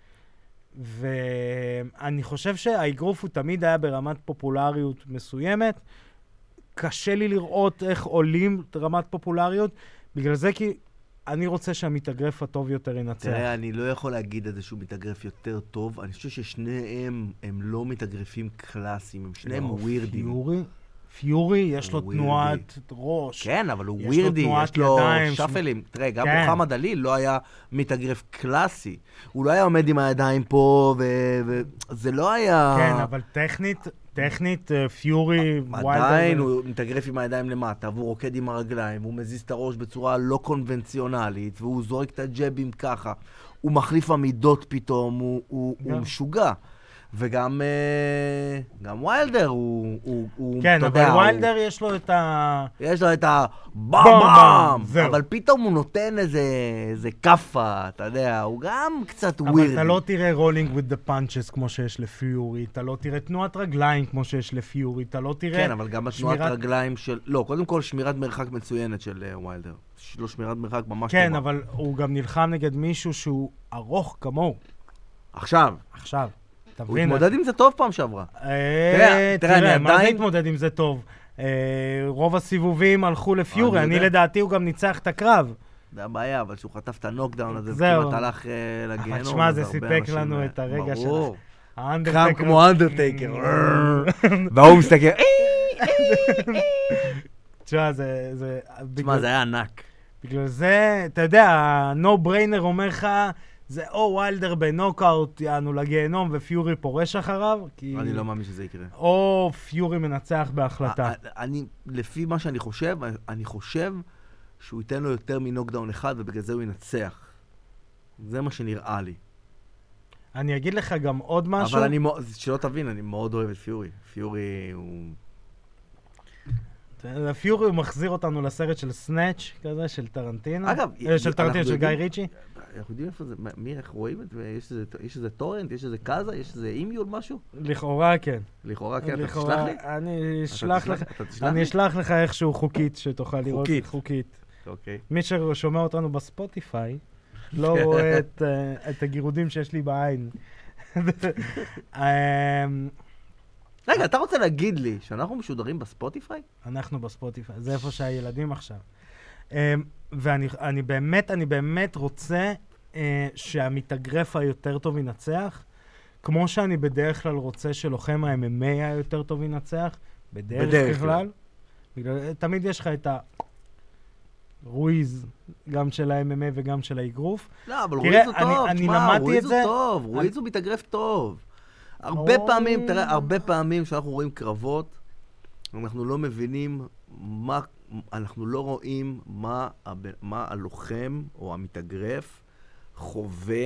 S1: ואני חושב שהאגרוף הוא תמיד היה ברמת פופולריות מסוימת. קשה לי לראות איך עולים רמת פופולריות, בגלל זה כי אני רוצה שהמתאגרף הטוב יותר ינצח.
S2: תראה, אני לא יכול להגיד את זה שהוא מתאגרף יותר טוב. אני חושב ששניהם הם לא מתאגרפים קלאסיים, הם שניהם ווירדים.
S1: פיורי, יש לו תנועת ראש.
S2: כן, אבל הוא ווירדי, יש לו שפלים. תראה, גם מוחמד עלי לא היה מתאגרף קלאסי. הוא לא היה עומד עם הידיים פה, וזה לא היה...
S1: כן, אבל טכנית, פיורי...
S2: עדיין הוא מתאגרף עם הידיים למטה, והוא רוקד עם הרגליים, והוא מזיז את הראש בצורה לא קונבנציונלית, והוא זורק את הג'בים ככה. הוא מחליף עמידות פתאום, הוא משוגע. וגם ויילדר הוא
S1: כן, אבל ויילדר יש לו את ה...
S2: יש לו את הבאם, אבל פתאום הוא נותן איזה קפה, אתה יודע, הוא גם קצת ווירדי.
S1: אבל אתה לא תראה רולינג with the punches כמו שיש לפיורי, אתה לא תראה תנועת רגליים כמו שיש לפיורי, אתה לא תראה...
S2: כן, אבל גם התנועת רגליים של... לא, קודם כל שמירת מרחק מצוינת של ויילדר. יש לו שמירת מרחק ממש טובה.
S1: כן, אבל הוא גם נלחם נגד מישהו שהוא ארוך כמוהו.
S2: עכשיו. הוא התמודד עם זה טוב פעם שעברה.
S1: תראה, מה זה התמודד עם זה טוב? רוב הסיבובים הלכו לפיורי, אני לדעתי הוא גם ניצח את הקרב.
S2: זה הבעיה, אבל שהוא חטף את הנוקדאון הזה, וכמעט הלך לגיהנום.
S1: אבל תשמע, זה סיפק לנו את הרגע שלך.
S2: ברור. קם כמו אנדרטייקר. והוא מסתכל.
S1: תשמע,
S2: זה היה ענק.
S1: בגלל זה, אתה יודע, נו בריינר אומר לך, זה או ויילדר בנוקאוט יענו לגיהנום ופיורי פורש אחריו,
S2: אני לא מאמין שזה יקרה.
S1: או פיורי מנצח בהחלטה.
S2: לפי מה שאני חושב, אני חושב שהוא ייתן לו יותר מנוקדאון אחד, ובגלל זה הוא ינצח. זה מה שנראה לי.
S1: אני אגיד לך גם עוד משהו.
S2: אבל שלא תבין, אני מאוד אוהב את פיורי. פיורי הוא...
S1: פיורי הוא מחזיר אותנו לסרט של סנאץ' כזה, של טרנטינו.
S2: אגב,
S1: של טרנטינו, של גיא ריצ'י.
S2: אנחנו יודעים איפה זה, איך רואים את זה? יש איזה טורנט, יש איזה קאזה, יש איזה אימיול משהו?
S1: לכאורה כן.
S2: לכאורה כן, אתה תשלח לי?
S1: אני אשלח לך איכשהו חוקית, שתוכל לראות חוקית.
S2: אוקיי.
S1: מי ששומע אותנו בספוטיפיי, לא רואה את הגירודים שיש לי בעין.
S2: רגע, אתה רוצה להגיד לי שאנחנו משודרים בספוטיפיי?
S1: אנחנו בספוטיפיי, זה איפה שהילדים עכשיו. ואני באמת רוצה שהמתאגרף היותר טוב ינצח, כמו שאני בדרך כלל רוצה שלוחם ה-MMA היותר טוב ינצח, בדרך כלל. תמיד יש לך את רואיז, גם של ה-MMA וגם של האגרוף.
S2: לא, אבל רואיז הוא טוב, תשמע, רואיז הוא טוב, רואיז הוא מתאגרף טוב. הרבה פעמים, תראה, הרבה פעמים שאנחנו רואים קרבות, אנחנו לא מבינים מה, אנחנו לא רואים מה הלוחם או המתאגרף חווה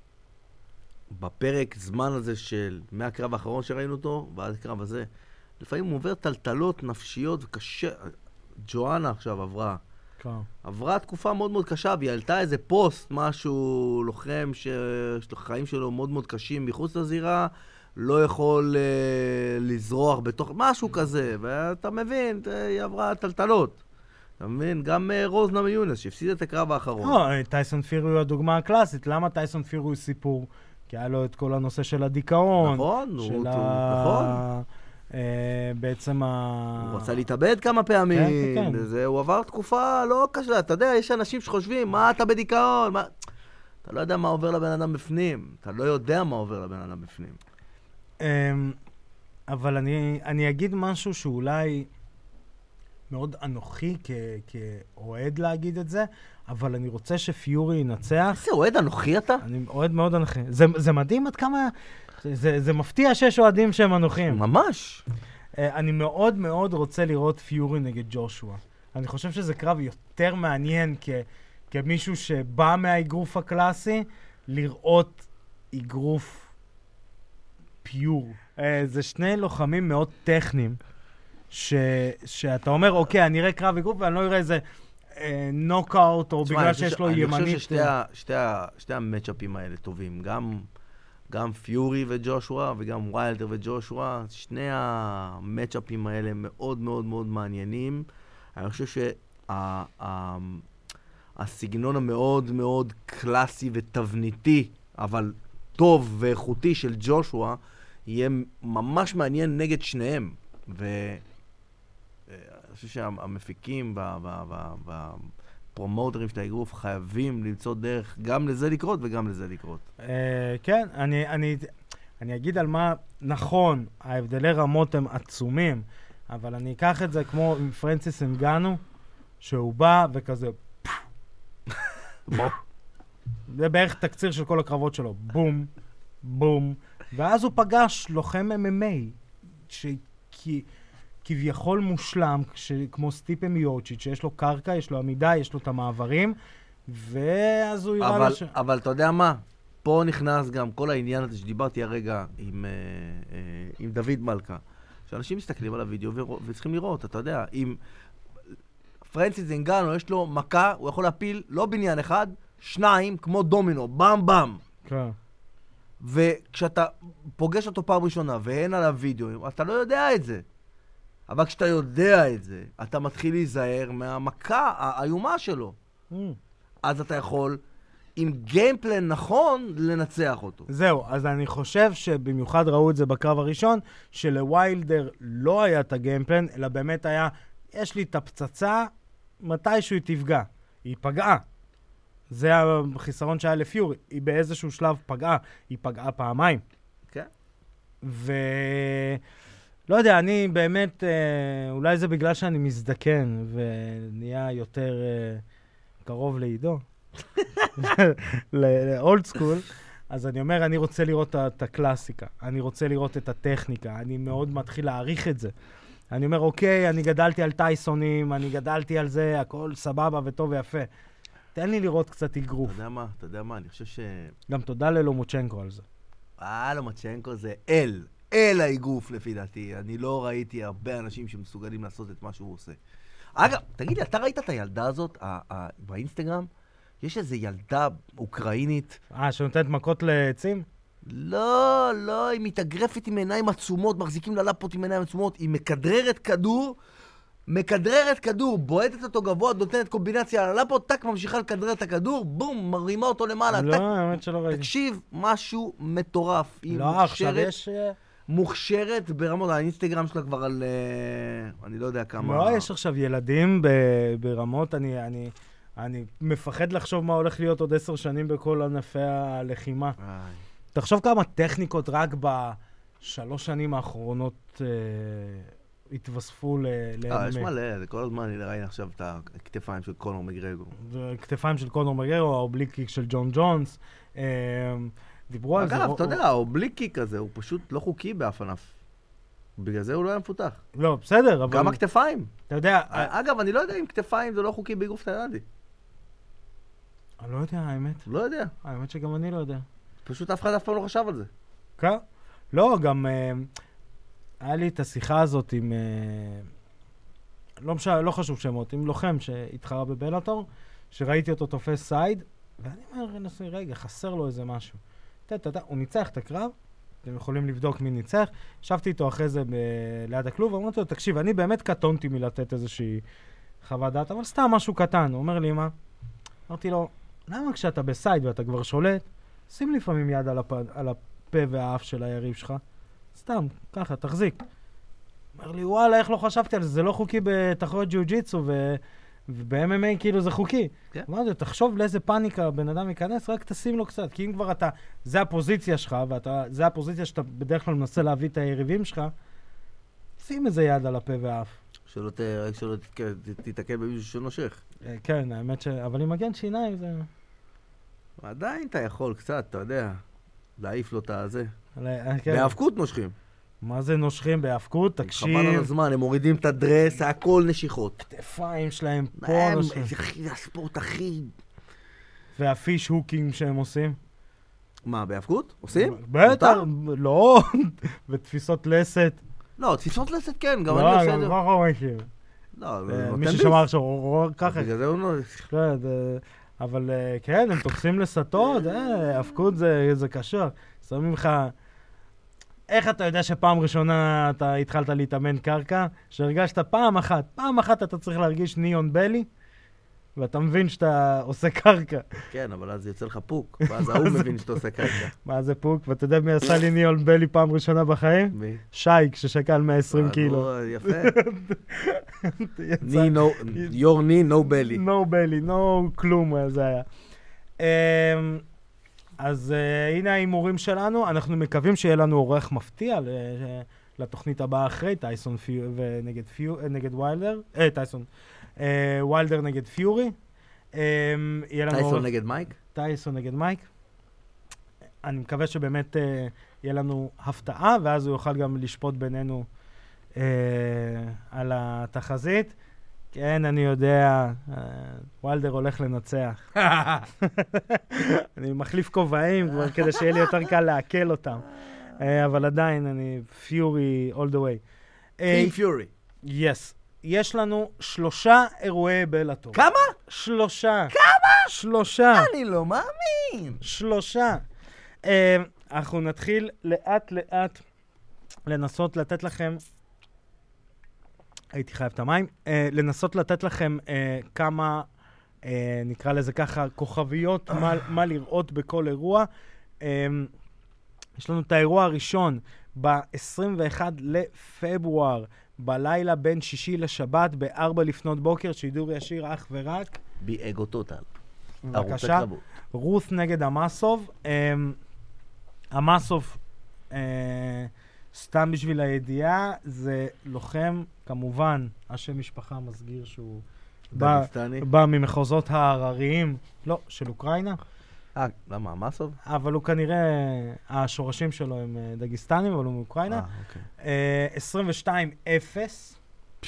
S2: בפרק זמן הזה של מהקרב האחרון שראינו אותו ועד הקרב הזה. לפעמים הוא עובר טלטלות נפשיות וקשה. ג'ואנה עכשיו עברה תקופה מאוד מאוד קשה, והיא העלתה איזה פוסט, משהו לוחם שהחיים שלו מאוד מאוד קשים מחוץ לזירה, לא יכול לזרוח בתוך, משהו כזה, ואתה מבין, היא עברה טלטלות. אתה מבין? גם רוז נמיונס, שהפסיד את הקרב האחרון.
S1: טייסון פירי הוא הדוגמה הקלאסית. למה טייסון פירי הוא סיפור? כי היה לו את כל הנושא של הדיכאון.
S2: נכון,
S1: נכון. בעצם
S2: הוא רצה להתאבד כמה פעמים. כן. הוא עבר תקופה לא קשה. אתה יודע, יש אנשים שחושבים, מה אתה בדיכאון? אתה לא יודע מה עובר לבן אדם בפנים. אתה לא יודע מה עובר לבן אדם בפנים.
S1: אבל אני אגיד משהו שאולי מאוד אנוכי כאוהד להגיד את זה, אבל אני רוצה שפיורי ינצח.
S2: איזה אוהד אנוכי אתה?
S1: אני אוהד מאוד אנוכי. זה מדהים עד כמה... זה מפתיע שיש אוהדים שהם אנוכים.
S2: ממש.
S1: אני מאוד מאוד רוצה לראות פיורי נגד ג'ושוע. אני חושב שזה קרב יותר מעניין כמישהו שבא מהאגרוף הקלאסי, לראות אגרוף פיור. זה שני לוחמים מאוד טכניים, שאתה אומר, אוקיי, אני אראה קרב אגרוף ואני לא אראה איזה נוקאוט, או בגלל שיש לו ימנית.
S2: אני חושב ששתי המצ'אפים האלה טובים. גם פיורי וג'ושוע וגם ויילדר וג'ושוע, שני המצ'אפים האלה מאוד מאוד מאוד מעניינים. אני חושב שהסגנון המאוד מאוד קלאסי ותבניתי, אבל טוב ואיכותי של ג'ושוע, יהיה ממש מעניין נגד שניהם. ואני חושב שהמפיקים והפרומוטרים של האגרוף חייבים למצוא דרך גם לזה לקרות וגם לזה לקרות.
S1: כן, אני אגיד על מה נכון, ההבדלי רמות הם עצומים, אבל אני אקח את זה כמו עם פרנסיס אנגאנו, שהוא בא וכזה זה בערך תקציר של כל הקרבות שלו, בום, בום, ואז הוא פגש לוחם MMA, כביכול מושלם, כמו סטיפה מיוצ'יץ', שיש לו קרקע, יש לו עמידה, יש לו את המעברים, ואז הוא יראה
S2: אבל אתה יודע מה? פה נכנס גם כל העניין הזה שדיברתי הרגע עם דוד מלכה, שאנשים מסתכלים על הוידאו וצריכים לראות, אתה יודע, אם פרנסיס אנגאנו יש לו מכה, הוא יכול להפיל לא בניין אחד, שניים, כמו דומינו, במ במ.
S1: כן.
S2: וכשאתה פוגש אותו פעם ראשונה ואין עליו וידאו, אתה לא יודע את זה. אבל כשאתה יודע את זה, אתה מתחיל להיזהר מהמכה האיומה שלו. אז אתה יכול, עם גיימפלן נכון, לנצח אותו.
S1: זהו, אז אני חושב שבמיוחד ראו את זה בקרב הראשון, שלוויילדר לא היה את הגיימפלן, אלא באמת היה, יש לי את הפצצה, מתישהו היא תפגע. היא פגעה. זה החיסרון שהיה לפיורי. היא באיזשהו שלב פגעה. היא פגעה פעמיים.
S2: כן.
S1: לא יודע, אני באמת, אולי זה בגלל שאני מזדקן ונהיה יותר קרוב לעידו, לאולד סקול, אז אני אומר, אני רוצה לראות את הקלאסיקה, אני רוצה לראות את הטכניקה, אני מאוד מתחיל להעריך את זה. אני אומר, אוקיי, אני גדלתי על טייסונים, אני גדלתי על זה, הכל סבבה וטוב ויפה. תן לי לראות קצת אגרוף.
S2: אתה יודע מה, אני חושב
S1: גם תודה ללומוצ'נקו על זה.
S2: לומוצ'נקו זה אל האגרוף לפי דעתי. אני לא ראיתי הרבה אנשים שמסוגלים לעשות את מה שהוא עושה. אגב, תגיד לי, אתה ראית את הילדה הזאת באינסטגרם? יש איזו ילדה אוקראינית.
S1: שנותנת מכות לעצים?
S2: לא, היא מתאגרפת עם עיניים עצומות, מחזיקים ללפות עם עיניים עצומות, היא מכדררת כדור, בועטת אותו גבוה, נותנת קומבינציה על הלפות, טק, ממשיכה לכדרר את הכדור, בום, מרימה אותו למעלה.
S1: לא, האמת שלא ראיתי.
S2: תקשיב, משהו מטורף.
S1: לא, עכשיו יש...
S2: מוכשרת ברמות, האינסטגרם שלה כבר על... אני לא יודע כמה...
S1: לא, יש עכשיו ילדים ברמות, אני מפחד לחשוב מה הולך להיות עוד 10 שנים בכל ענפי הלחימה. תחשוב כמה טכניקות רק ב3 שנים האחרונות התווספו
S2: יש מלא, זה כל הזמן ראינו עכשיו את הכתפיים של קונור מגרגו.
S1: כתפיים של קונור מגרגו, האובליק של ג'ון ג'ונס. דיברו על זה...
S2: אגב, אתה יודע, האובליק הזה הוא פשוט לא חוקי באף ענף. בגלל זה הוא לא היה מפותח.
S1: לא, בסדר, אבל...
S2: גם הכתפיים.
S1: אתה יודע...
S2: אגב, אני לא יודע אם כתפיים זה לא חוקי באגרוף תאילנדי.
S1: אני לא יודע, האמת.
S2: לא יודע.
S1: האמת שגם אני לא יודע.
S2: פשוט אף אחד אף פעם לא חשב על זה.
S1: כן. לא, גם... היה לי את השיחה הזאת עם... לא חשוב שמות, עם לוחם שהתחרה בבלאטור, שראיתי אותו תופס סייד, ואני אומר, רגע, חסר לו איזה משהו. הוא ניצח את הקרב, אתם יכולים לבדוק מי ניצח. ישבתי איתו אחרי זה ליד הכלוב, ואמרתי לו, תקשיב, אני באמת קטונתי מלתת איזושהי חוות דעת, אבל סתם משהו קטן. הוא אומר לי, מה? אמרתי לו, למה כשאתה בסייד ואתה כבר שולט, שים לפעמים יד על הפה והאף של היריב שלך. סתם, ככה, תחזיק. אומר לי, וואלה, איך לא חשבתי על זה? זה לא חוקי בתחרויות ג'יוג'יטסו, וב-MMA כאילו זה חוקי. אמרתי, תחשוב לאיזה פאניקה בן אדם ייכנס, רק תשים לו קצת. כי אם כבר אתה, זה הפוזיציה שלך, זה הפוזיציה שאתה בדרך כלל מנסה להביא את היריבים שלך, שים איזה יד על הפה והאף.
S2: שלא תתעכב במישהו שנושך.
S1: כן, האמת אבל עם מגן שיניים זה...
S2: עדיין אתה יכול קצת, אתה יודע, להעיף לו את הזה.
S1: כן.
S2: בהאבקות נושכים.
S1: מה זה נושכים בהאבקות? תקשיב.
S2: חבל על הזמן, הם מורידים את הדרס, הכל נשיכות.
S1: כתפיים שלהם פה נושכים.
S2: זה הספורט הכי...
S1: והפיש הוקינג שהם עושים?
S2: מה, בהאבקות? עושים?
S1: בטח, לא. ותפיסות לסת.
S2: לא, תפיסות לסת כן, גם אני עושה את זה.
S1: לא, גם ככה מכיר.
S2: לא,
S1: מי ששמע עכשיו, הוא ככה.
S2: בגלל זה הוא לא...
S1: כן, אבל כן, הם תופסים לסתות, האבקות זה קשור. שמים לך... איך אתה יודע שפעם ראשונה אתה התחלת להתאמן קרקע? שהרגשת פעם אחת אתה צריך להרגיש ניון בלי, ואתה מבין שאתה עושה קרקע.
S2: כן, אבל אז יוצא לך פוק, ואז ההוא מבין שאתה עושה קרקע.
S1: מה זה פוק? ואתה יודע מי עשה לי ניון בלי פעם ראשונה בחיים?
S2: מי?
S1: שייק, ששקל 120 קילו.
S2: יפה. Your knee, no belly.
S1: No belly, no כלום זה היה. אז הנה ההימורים שלנו, אנחנו מקווים שיהיה לנו אורח מפתיע לתוכנית הבאה אחרי, טייסון נגד ויילדר, טייסון, ויילדר נגד פיורי.
S2: טייסון נגד מייק?
S1: טייסון נגד מייק. אני מקווה שבאמת יהיה לנו הפתעה, ואז הוא יוכל גם לשפוט בינינו על התחזית. כן, אני יודע, ויילדר הולך לנצח. אני מחליף כובעים כבר כדי שיהיה לי יותר קל לעכל אותם. אבל עדיין, אני פיורי all the way.
S2: טים פיורי.
S1: Yes. יש לנו 3 אירועי בלאטור.
S2: כמה?
S1: 3.
S2: כמה?
S1: 3.
S2: אני לא מאמין.
S1: 3. אנחנו נתחיל לאט לאט לנסות לתת לכם... הייתי חייב את המים. לנסות לתת לכם כמה, נקרא לזה ככה, כוכביות, מה לראות בכל אירוע. יש לנו את האירוע הראשון ב-21 לפברואר, בלילה בין שישי לשבת, ב-4 לפנות בוקר, שידור ישיר אך ורק.
S2: באגו טוטל.
S1: בבקשה. רות נגד המאסוב. המאסוב... סתם בשביל הידיעה, זה לוחם, כמובן, השם משפחה מסגיר שהוא בא ממחוזות ההרריים, לא, של אוקראינה.
S2: למה, המאסוב?
S1: אבל הוא כנראה, השורשים שלו הם דגיסטנים, אבל הוא מאוקראינה. 22-0.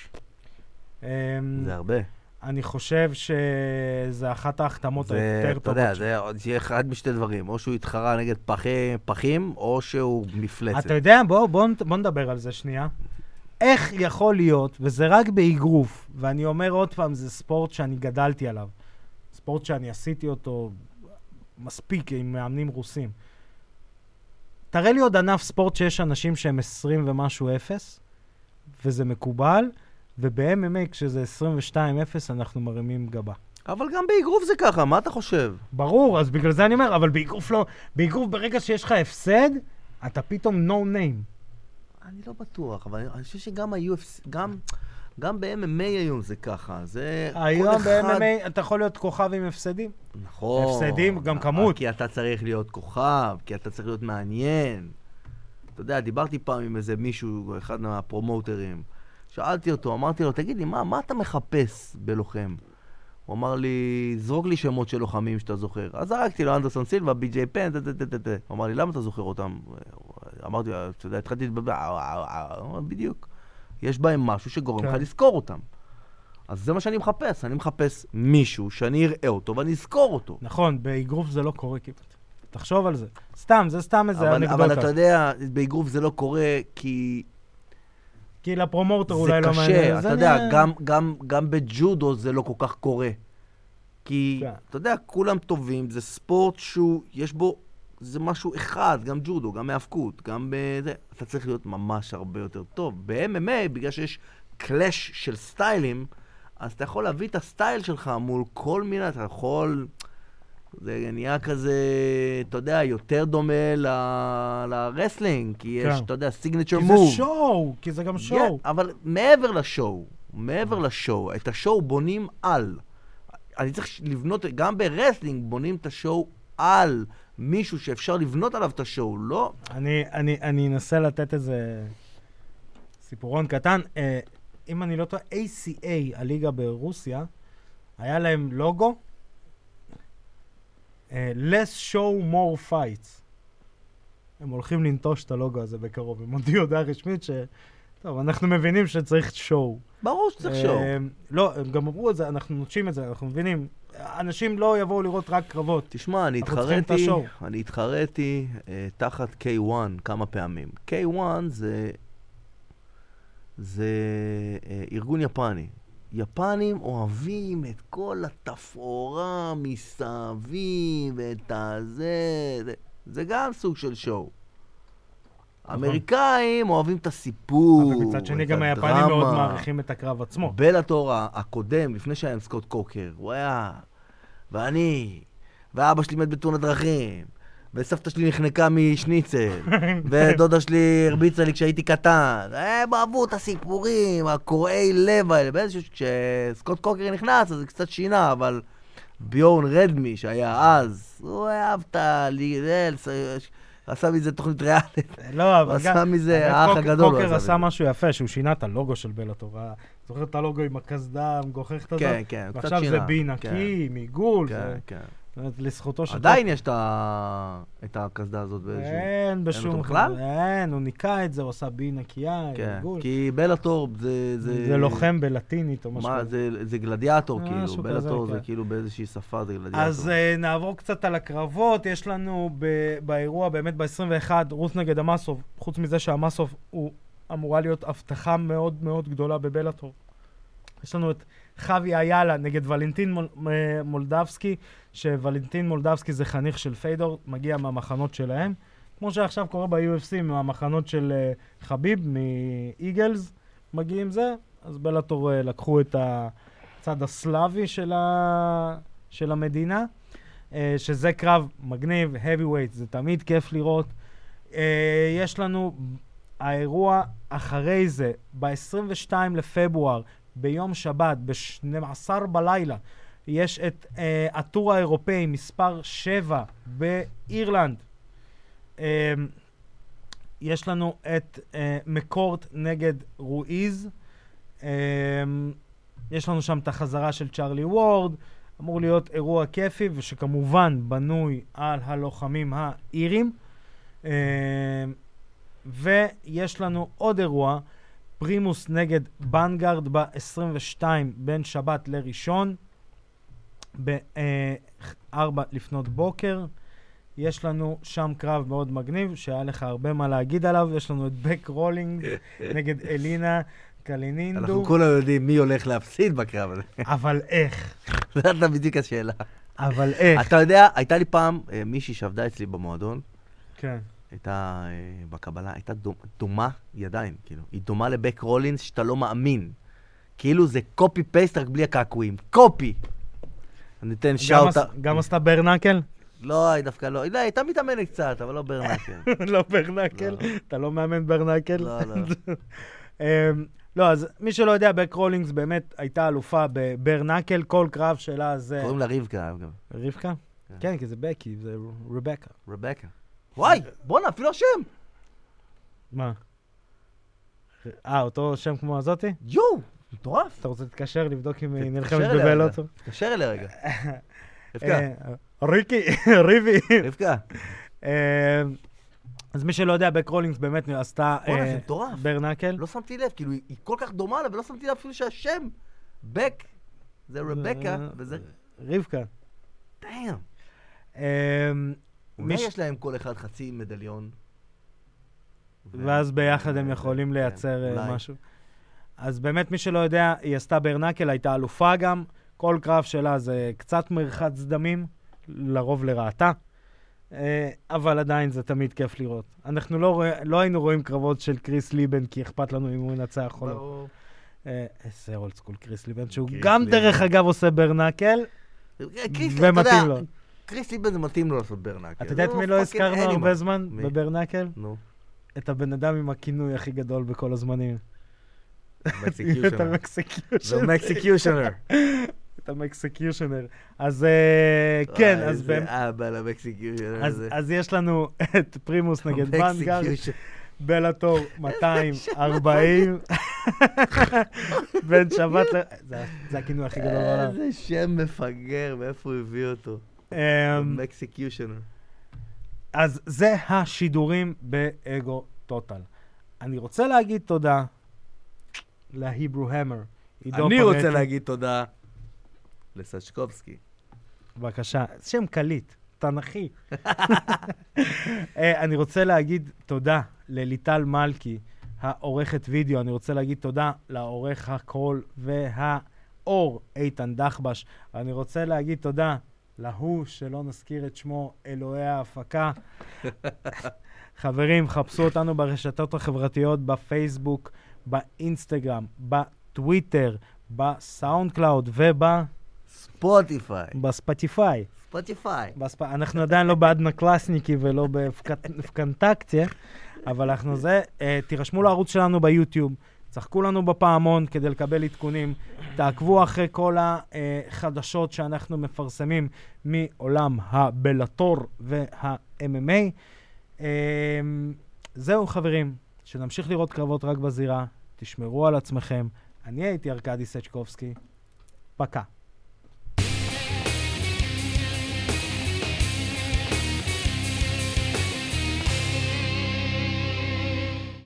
S2: זה הרבה.
S1: אני חושב שזה אחת ההחתמות היותר טובות.
S2: אתה יודע, זה יהיה אחד משתי דברים. או שהוא יתחרה נגד פחים, או שהוא מפלצת.
S1: אתה יודע, בוא נדבר על זה שנייה. איך יכול להיות, וזה רק באגרוף, ואני אומר עוד פעם, זה ספורט שאני גדלתי עליו. ספורט שאני עשיתי אותו מספיק עם מאמנים רוסים. תראה לי עוד ענף ספורט שיש אנשים שהם 20 ומשהו 0, וזה מקובל, וב-MMA כשזה 22-0 אנחנו מרימים גבה.
S2: אבל גם באגרוף זה ככה, מה אתה חושב?
S1: ברור, אז בגלל זה אני אומר, אבל באגרוף לא. באגרוף ברגע שיש לך הפסד, אתה פתאום no name.
S2: אני לא בטוח, אבל אני חושב שגם ה-UFC, גם ב-MMA היום זה ככה.
S1: היום ב-MMA אתה יכול להיות כוכב עם הפסדים.
S2: נכון.
S1: הפסדים, גם כמות.
S2: כי אתה צריך להיות כוכב, כי אתה צריך להיות מעניין. אתה יודע, דיברתי פעם עם איזה מישהו, אחד מהפרומוטרים. שאלתי אותו, אמרתי לו, תגיד לי, מה אתה מחפש בלוחם? הוא אמר לי, זרוק לי שמות של לוחמים שאתה זוכר. אז זרקתי לו, אנדרסון סילבה, בי.ג'יי פן, הוא אמר לי, למה אתה זוכר אותם? אמרתי, אתה יודע, התחלתי לדבר, בדיוק. יש בהם משהו שגורם לך לזכור אותם. אז זה מה שאני מחפש. אני מחפש מישהו שאני אראה אותו ואני אזכור אותו.
S1: נכון, באגרוף זה לא קורה כמעט. תחשוב על זה. סתם, זה סתם איזה אנקדוטה.
S2: אבל אתה יודע, באגרוף זה לא קורה כי
S1: לפרומוטר אולי לא מעניין.
S2: זה קשה, אתה יודע, גם בג'ודו זה לא כל כך קורה. כי, אתה יודע, כולם טובים, זה ספורט שהוא, יש בו, זה משהו אחד, גם ג'ודו, גם מאבקות, גם בזה. אתה צריך להיות ממש הרבה יותר טוב. ב-MMA, בגלל שיש קלאש של סטיילים, אז אתה יכול להביא את הסטייל שלך מול כל מיני, אתה יכול... זה נהיה כזה, אתה יודע, יותר דומה לרסלינג, כי יש, אתה יודע, סיגנצ'ר מוב.
S1: כי זה שואו, כי זה גם שואו.
S2: אבל מעבר לשואו, את השואו בונים על. אני צריך לבנות, גם ברסלינג בונים את השואו על מישהו שאפשר לבנות עליו את השואו, לא?
S1: אני אנסה לתת איזה סיפורון קטן. אם אני לא טועה, ACA, הליגה ברוסיה, היה להם לוגו, less show more fights. הם הולכים לנטוש את הלוגו הזה בקרוב. הם הודיעו הודעה רשמית טוב, אנחנו מבינים שצריך שואו. ברור שצריך שואו. לא, הם גם אמרו את זה, אנחנו נוטשים את זה, אנחנו מבינים. אנשים לא יבואו לראות רק קרבות.
S2: תשמע, אני התחרתי תחת K1 כמה פעמים. K1 זה ארגון יפני. יפנים אוהבים את כל התפאורה מסביב, את הזה, זה גם סוג של שואו. האמריקאים אוהבים את הסיפור, את הדרמה.
S1: אבל מצד שני גם היפנים מאוד מעריכים את הקרב עצמו.
S2: בלאטור הקודם, לפני שהיה עם סקוט קוקר, הוא היה, ואני, ואבא שלי מת בתאונת דרכים, וסבתא שלי נחנקה משניצל, ודודה שלי הרביצה לי כשהייתי קטן. הם אהבו את הסיפורים, הקוראי לב האלה. באיזשהו, כשסקוט קוקר נכנס, אז זה קצת שינה, אבל ביורן רדמי, שהיה אז, הוא אהב את הליגל, עשה מזה תוכנית ריאלית.
S1: לא, אבל
S2: עשה מזה האח הגדול.
S1: קוקר עשה משהו יפה, שהוא שינה את הלוגו של בלאטור. זוכר את הלוגו עם הקסדה, מגוחך את הזאת?
S2: כן, כן, קצת שינה.
S1: ועכשיו זה בי נקי, מיגול.
S2: כן, כן.
S1: לזכותו של...
S2: עדיין יש את הקסדה הזאת באיזשהו...
S1: אין בשום... אין, הוא ניקה את זה, הוא עשה בי נקייה, מיגול.
S2: כי בלאטור
S1: זה לוחם בלטינית או משהו.
S2: זה גלדיאטור, כאילו. בלאטור זה כאילו באיזושהי שפה, זה גלדיאטור.
S1: אז נעבור קצת על הקרבות. יש לנו באירוע, באמת ב-21, רוס נגד אמסוב. חוץ מזה שהמסוב הוא אמורה להיות הבטחה מאוד מאוד גדולה בבלאטור. יש לנו את חווי איילה נגד ולנטין מולדבסקי, שוולנטין מולדבסקי זה חניך של פיידור, מגיע מהמחנות שלהם. כמו שעכשיו קורה ב-UFC, מהמחנות של חביב, מאיגלס, מגיעים זה. אז בלאטור לקחו את הצד הסלאבי של המדינה, שזה קרב מגניב, heavyweight, זה תמיד כיף לראות. יש לנו האירוע אחרי זה, ב-22 לפברואר, ביום שבת, ב-12 בלילה, יש את הטור האירופאי מספר 7 באירלנד. יש לנו את מקורט נגד רואיז. יש לנו שם את החזרה של צ'רלי וורד. אמור להיות אירוע כיפי, ושכמובן בנוי על הלוחמים האירים. ויש לנו עוד אירוע, פרימוס נגד בנגרד ב-22 בין שבת לראשון, ב-4 לפנות בוקר. יש לנו שם קרב מאוד מגניב, שהיה לך הרבה מה להגיד עליו. יש לנו את בק רולינג נגד אלינה קלינינדו.
S2: אנחנו כולם יודעים מי הולך להפסיד בקרב הזה.
S1: אבל איך?
S2: זאת בדיוק השאלה.
S1: אבל איך?
S2: אתה יודע, הייתה לי פעם מישהי שעבדה אצלי במועדון.
S1: כן.
S2: הייתה בקבלה, הייתה דומה, היא עדיין, כאילו. היא דומה לבק רולינס שאתה לא מאמין. כאילו זה קופי פייסט רק בלי הקעקועים. קופי! אני אתן שאוט...
S1: גם עשתה ברנקל?
S2: לא, היא דווקא לא. היא הייתה מתאמנת קצת, אבל לא ברנקל.
S1: לא ברנקל? אתה לא מאמן ברנקל?
S2: לא, לא.
S1: לא, אז מי שלא יודע, בק רולינגס באמת הייתה אלופה בברנקל, כל קרב שלה זה...
S2: קוראים לה רבקה, אגב.
S1: רבקה? כן, כי זה בקי, זה רבקה.
S2: רבקה. וואי, בוא'נה, אפילו השם.
S1: מה? אותו שם כמו הזאתי?
S2: יו, מטורף.
S1: אתה רוצה להתקשר, לבדוק אם היא נלחמת בבלאטור?
S2: תתקשר אליה רגע. רבקה.
S1: ריקי, ריבי.
S2: רבקה.
S1: אז מי שלא יודע, בק רולינגס באמת עשתה ברנקל.
S2: לא שמתי לב, כאילו היא כל כך דומה לה, ולא שמתי לב אפילו שהשם בק זה רבקה וזה...
S1: רבקה.
S2: דאם. אולי יש להם כל אחד חצי מדליון.
S1: ואז ביחד הם יכולים לייצר משהו. אז באמת מי שלא יודע, היא עשתה ברנקל, הייתה אלופה גם. כל קרב שלה זה קצת מרחץ דמים, לרוב לרעתה. אבל עדיין זה תמיד כיף לראות. אנחנו לא היינו רואים קרבות של קריס ליבן, כי אכפת לנו אם הוא ינצח או לא. איזה אולד סקול קריס ליבן, שהוא גם דרך אגב עושה ברנקל, ומתאים לו.
S2: קריס ליבן זה מתאים לו לעשות ברנקל.
S1: אתה יודע את מי לא הזכרנו הרבה זמן בברנקל?
S2: נו.
S1: את הבן אדם עם הכינוי הכי גדול בכל הזמנים. את
S2: זה מקסקיושנר.
S1: את המקסקיושנר. אז כן, אז
S2: זה אבא למקסקיושנר הזה.
S1: אז יש לנו את פרימוס נגד ונגארד, בלאטור 240, בן שבת, זה הכינוי הכי גדול בעולם.
S2: איזה שם מפגר, מאיפה הוא הביא אותו? מקסקיושנר.
S1: אז זה השידורים באגו טוטל. אני רוצה להגיד תודה להיברו המר.
S2: אני רוצה להגיד תודה לסצ'קובסקי.
S1: בבקשה, שם קליט, תנכי. אני רוצה להגיד תודה לליטל מלכי, העורכת וידאו. אני רוצה להגיד תודה לעורך הקול והאור איתן דחבש. אני רוצה להגיד תודה להוא שלא נזכיר את שמו, אלוהי ההפקה. חברים, חפשו אותנו ברשתות החברתיות, בפייסבוק, באינסטגרם, בטוויטר, בסאונד קלאוד
S2: ספוטיפיי.
S1: בספוטיפיי.
S2: ספוטיפיי.
S1: אנחנו עדיין לא באדנה קלאסניקי ולא בפקנטקציה, אבל אנחנו זה. תירשמו לערוץ שלנו ביוטיוב, צחקו לנו בפעמון כדי לקבל עדכונים, תעקבו אחרי כל החדשות שאנחנו מפרסמים מעולם הבלאטור וה-MMA. זהו חברים, שנמשיך לראות קרבות רק בזירה, תשמרו על עצמכם. אני הייתי ארקדי סצ'קובסקי, פקה.